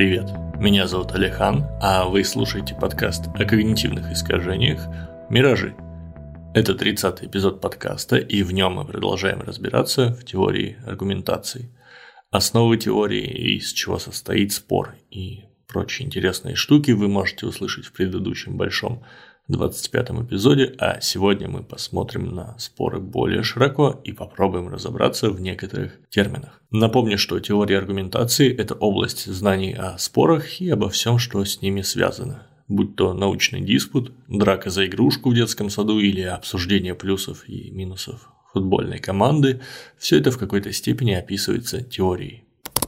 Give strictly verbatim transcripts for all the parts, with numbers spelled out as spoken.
Привет, меня зовут Алихан, а вы слушаете подкаст о когнитивных искажениях «Миражи». Это тридцатый эпизод подкаста, и в нем мы продолжаем разбираться в теории аргументации, основы теории и из чего состоит спор и прочие интересные штуки вы можете услышать в предыдущем большом двадцать пятом эпизоде, а сегодня мы посмотрим на споры более широко и попробуем разобраться в некоторых терминах. Напомню, что теория аргументации – это область знаний о спорах и обо всем, что с ними связано. Будь то научный диспут, драка за игрушку в детском саду или обсуждение плюсов и минусов футбольной команды, все это в какой-то степени описывается теорией.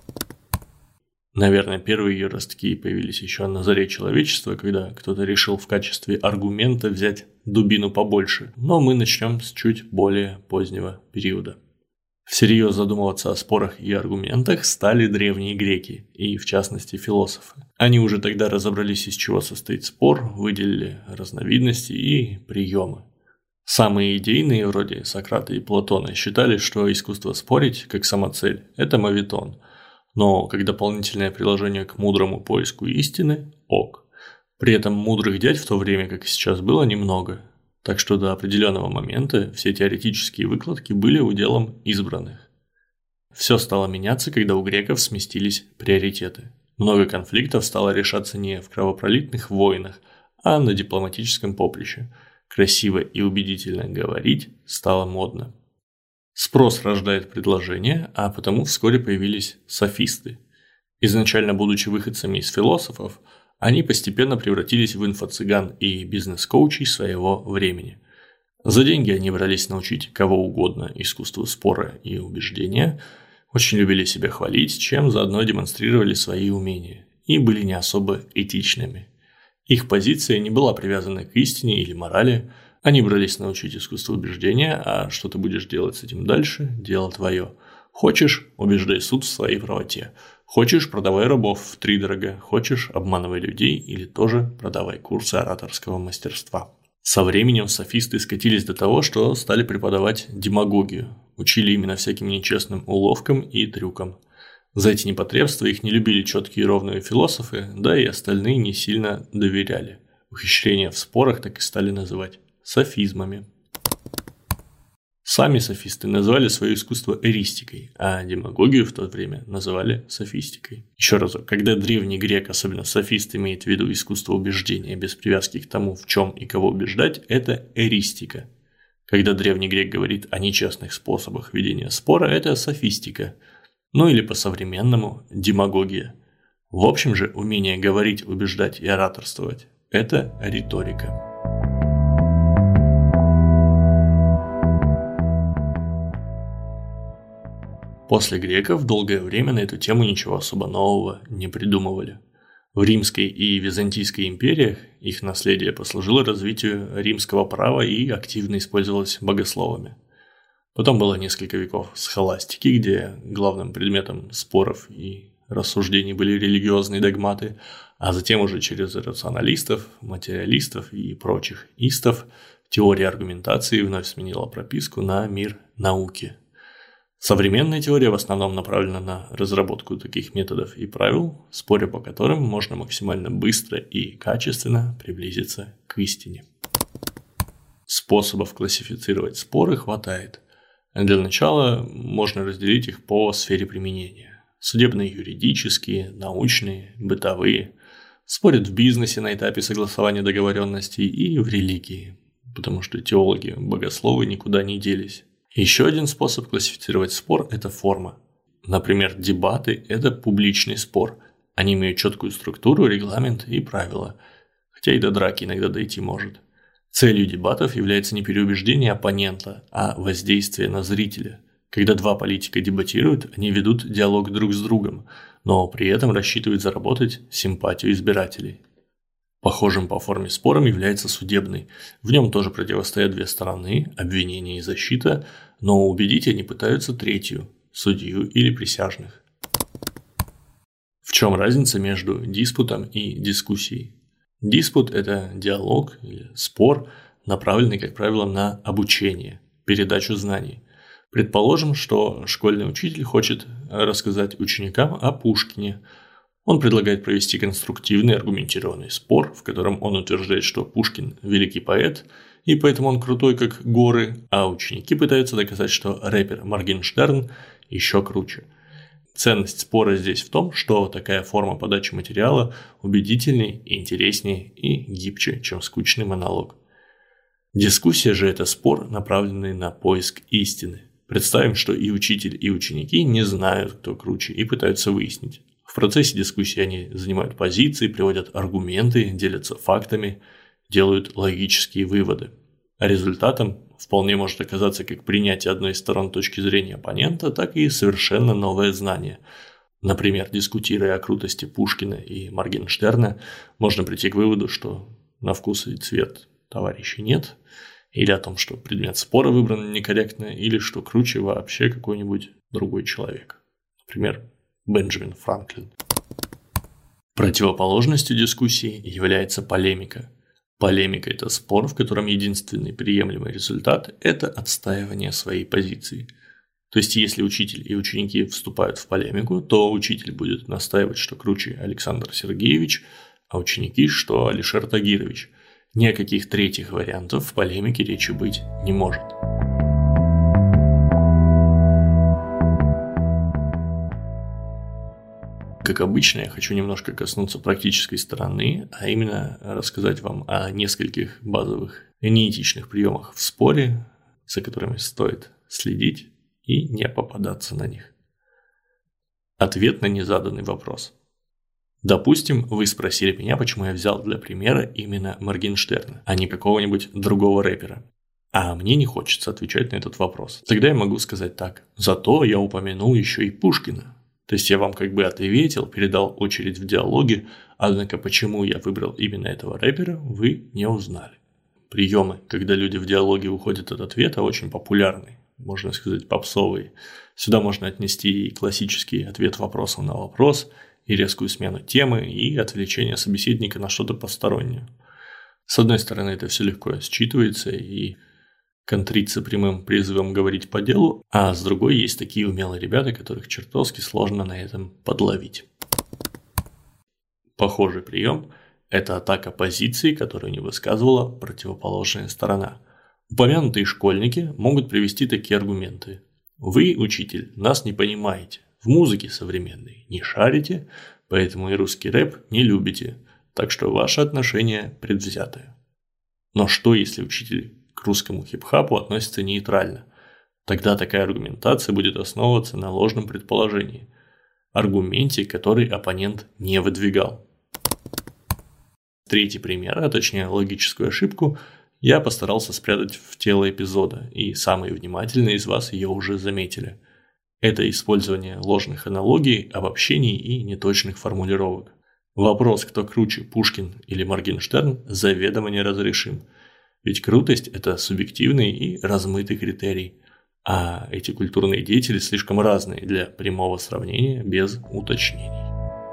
Наверное, первые ее ростки появились еще на заре человечества, когда кто-то решил в качестве аргумента взять дубину побольше, но мы начнем с чуть более позднего периода. Всерьез задумываться о спорах и аргументах стали древние греки, и в частности философы. Они уже тогда разобрались, из чего состоит спор, выделили разновидности и приемы. Самые идейные, вроде Сократа и Платона, считали, что искусство спорить, как самоцель, это моветон. Но как дополнительное приложение к мудрому поиску истины – ок. При этом мудрых дядь в то время, как и сейчас, было немного. Так что до определенного момента все теоретические выкладки были уделом избранных. Все стало меняться, когда у греков сместились приоритеты. Много конфликтов стало решаться не в кровопролитных войнах, а на дипломатическом поприще. Красиво и убедительно говорить стало модно. Спрос рождает предложение, а потому вскоре появились софисты. Изначально будучи выходцами из философов, они постепенно превратились в инфо-цыган и бизнес-коучей своего времени. За деньги они брались научить кого угодно искусству спора и убеждения, очень любили себя хвалить, чем заодно демонстрировали свои умения, и были не особо этичными. Их позиция не была привязана к истине или морали. Они брались научить искусству убеждения, а что ты будешь делать с этим дальше – дело твое. Хочешь – убеждай суд в своей правоте. Хочешь – продавай рабов втридорога. Хочешь – обманывай людей или тоже продавай курсы ораторского мастерства. Со временем софисты скатились до того, что стали преподавать демагогию. Учили именно всяким нечестным уловкам и трюкам. За эти непотребства их не любили четкие и ровные философы, да и остальные не сильно доверяли. Ухищрения в спорах так и стали называть софизмами. Сами софисты называли свое искусство эристикой, а демагогию в то время называли софистикой. Еще разок, когда древний грек, особенно софист, имеет в виду искусство убеждения без привязки к тому, в чем и кого убеждать, это эристика. Когда древний грек говорит о нечестных способах ведения спора, это софистика. Ну или по-современному демагогия. В общем же, умение говорить, убеждать и ораторствовать – это риторика. После греков долгое время на эту тему ничего особо нового не придумывали. В Римской и Византийской империях их наследие послужило развитию римского права и активно использовалось богословами. Потом было несколько веков схоластики, где главным предметом споров и рассуждений были религиозные догматы, а затем уже через рационалистов, материалистов и прочих истов теория аргументации вновь сменила прописку на мир науки. Современная теория в основном направлена на разработку таких методов и правил, споря по которым можно максимально быстро и качественно приблизиться к истине. Способов классифицировать споры хватает. Для начала можно разделить их по сфере применения. Судебно-юридические, научные, бытовые. Спорят в бизнесе на этапе согласования договоренностей и в религии, потому что теологи, богословы никуда не делись. Еще один способ классифицировать спор – это форма. Например, дебаты – это публичный спор. Они имеют четкую структуру, регламент и правила, хотя и до драки иногда дойти может. Целью дебатов является не переубеждение оппонента, а воздействие на зрителя. Когда два политика дебатируют, они ведут диалог друг с другом, но при этом рассчитывают заработать симпатию избирателей. Похожим по форме спором является судебный. В нем тоже противостоят две стороны – обвинение и защита, но убедить они пытаются третью – судью или присяжных. В чем разница между диспутом и дискуссией? Диспут – это диалог или спор, направленный, как правило, на обучение, передачу знаний. Предположим, что школьный учитель хочет рассказать ученикам о Пушкине. Он предлагает провести конструктивный аргументированный спор, в котором он утверждает, что Пушкин – великий поэт, и поэтому он крутой, как горы, а ученики пытаются доказать, что рэпер Моргенштерн еще круче. Ценность спора здесь в том, что такая форма подачи материала убедительней, интереснее и гибче, чем скучный монолог. Дискуссия же – это спор, направленный на поиск истины. Представим, что и учитель, и ученики не знают, кто круче, и пытаются выяснить. В процессе дискуссии они занимают позиции, приводят аргументы, делятся фактами, делают логические выводы. А результатом вполне может оказаться как принятие одной из сторон точки зрения оппонента, так и совершенно новое знание. Например, дискутируя о крутости Пушкина и Моргенштерна, можно прийти к выводу, что на вкус и цвет товарищей нет, или о том, что предмет спора выбран некорректно, или что круче вообще какой-нибудь другой человек. Например, Бенджамин Франклин. Противоположностью дискуссии является полемика. Полемика – это спор, в котором единственный приемлемый результат – это отстаивание своей позиции. То есть, если учитель и ученики вступают в полемику, то учитель будет настаивать, что круче Александр Сергеевич, а ученики, что Алишер Тагирович. Ни о каких третьих вариантах в полемике речи быть не может. Как обычно, я хочу немножко коснуться практической стороны, а именно рассказать вам о нескольких базовых неэтичных приемах в споре, за которыми стоит следить и не попадаться на них. Ответ на незаданный вопрос. Допустим, вы спросили меня, почему я взял для примера именно Моргенштерна, а не какого-нибудь другого рэпера. А мне не хочется отвечать на этот вопрос. Тогда я могу сказать так. Зато я упомянул еще и Пушкина. То есть я вам как бы ответил, передал очередь в диалоге, однако почему я выбрал именно этого рэпера, вы не узнали. Приемы, когда люди в диалоге уходят от ответа, очень популярны, можно сказать, попсовые. Сюда можно отнести и классический ответ вопросом на вопрос, и резкую смену темы, и отвлечение собеседника на что-то постороннее. С одной стороны, это все легко считывается и контрится прямым призывом говорить по делу, а с другой есть такие умелые ребята, которых чертовски сложно на этом подловить. Похожий прием – это атака позиции, которую не высказывала противоположная сторона. Упомянутые школьники могут привести такие аргументы. Вы, учитель, нас не понимаете. В музыке современной не шарите, поэтому и русский рэп не любите, так что ваше отношение предвзятое. Но что, если учитель к русскому хип-хапу относится нейтрально? Тогда такая аргументация будет основываться на ложном предположении, аргументе, который оппонент не выдвигал. Третий пример, а точнее логическую ошибку, я постарался спрятать в тело эпизода, и самые внимательные из вас ее уже заметили. Это использование ложных аналогий, обобщений и неточных формулировок. Вопрос, кто круче, Пушкин или Моргенштерн, заведомо неразрешим. Ведь крутость – это субъективный и размытый критерий, а эти культурные деятели слишком разные для прямого сравнения без уточнений.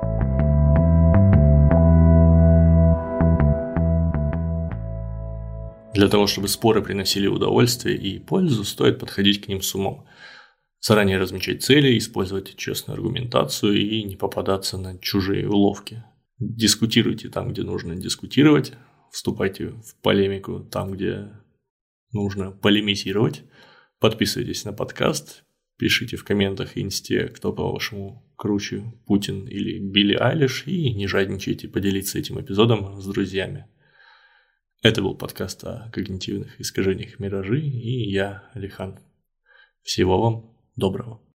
Для того, чтобы споры приносили удовольствие и пользу, стоит подходить к ним с умом. Заранее размечать цели, использовать честную аргументацию и не попадаться на чужие уловки. Дискутируйте там, где нужно дискутировать, вступайте в полемику там, где нужно полемизировать, подписывайтесь на подкаст, пишите в комментах и инсте, кто по-вашему круче, Путин или Билли Айлиш, и не жадничайте поделиться этим эпизодом с друзьями. Это был подкаст о когнитивных искажениях «Миражи», и я, Алихан. Всего вам доброго.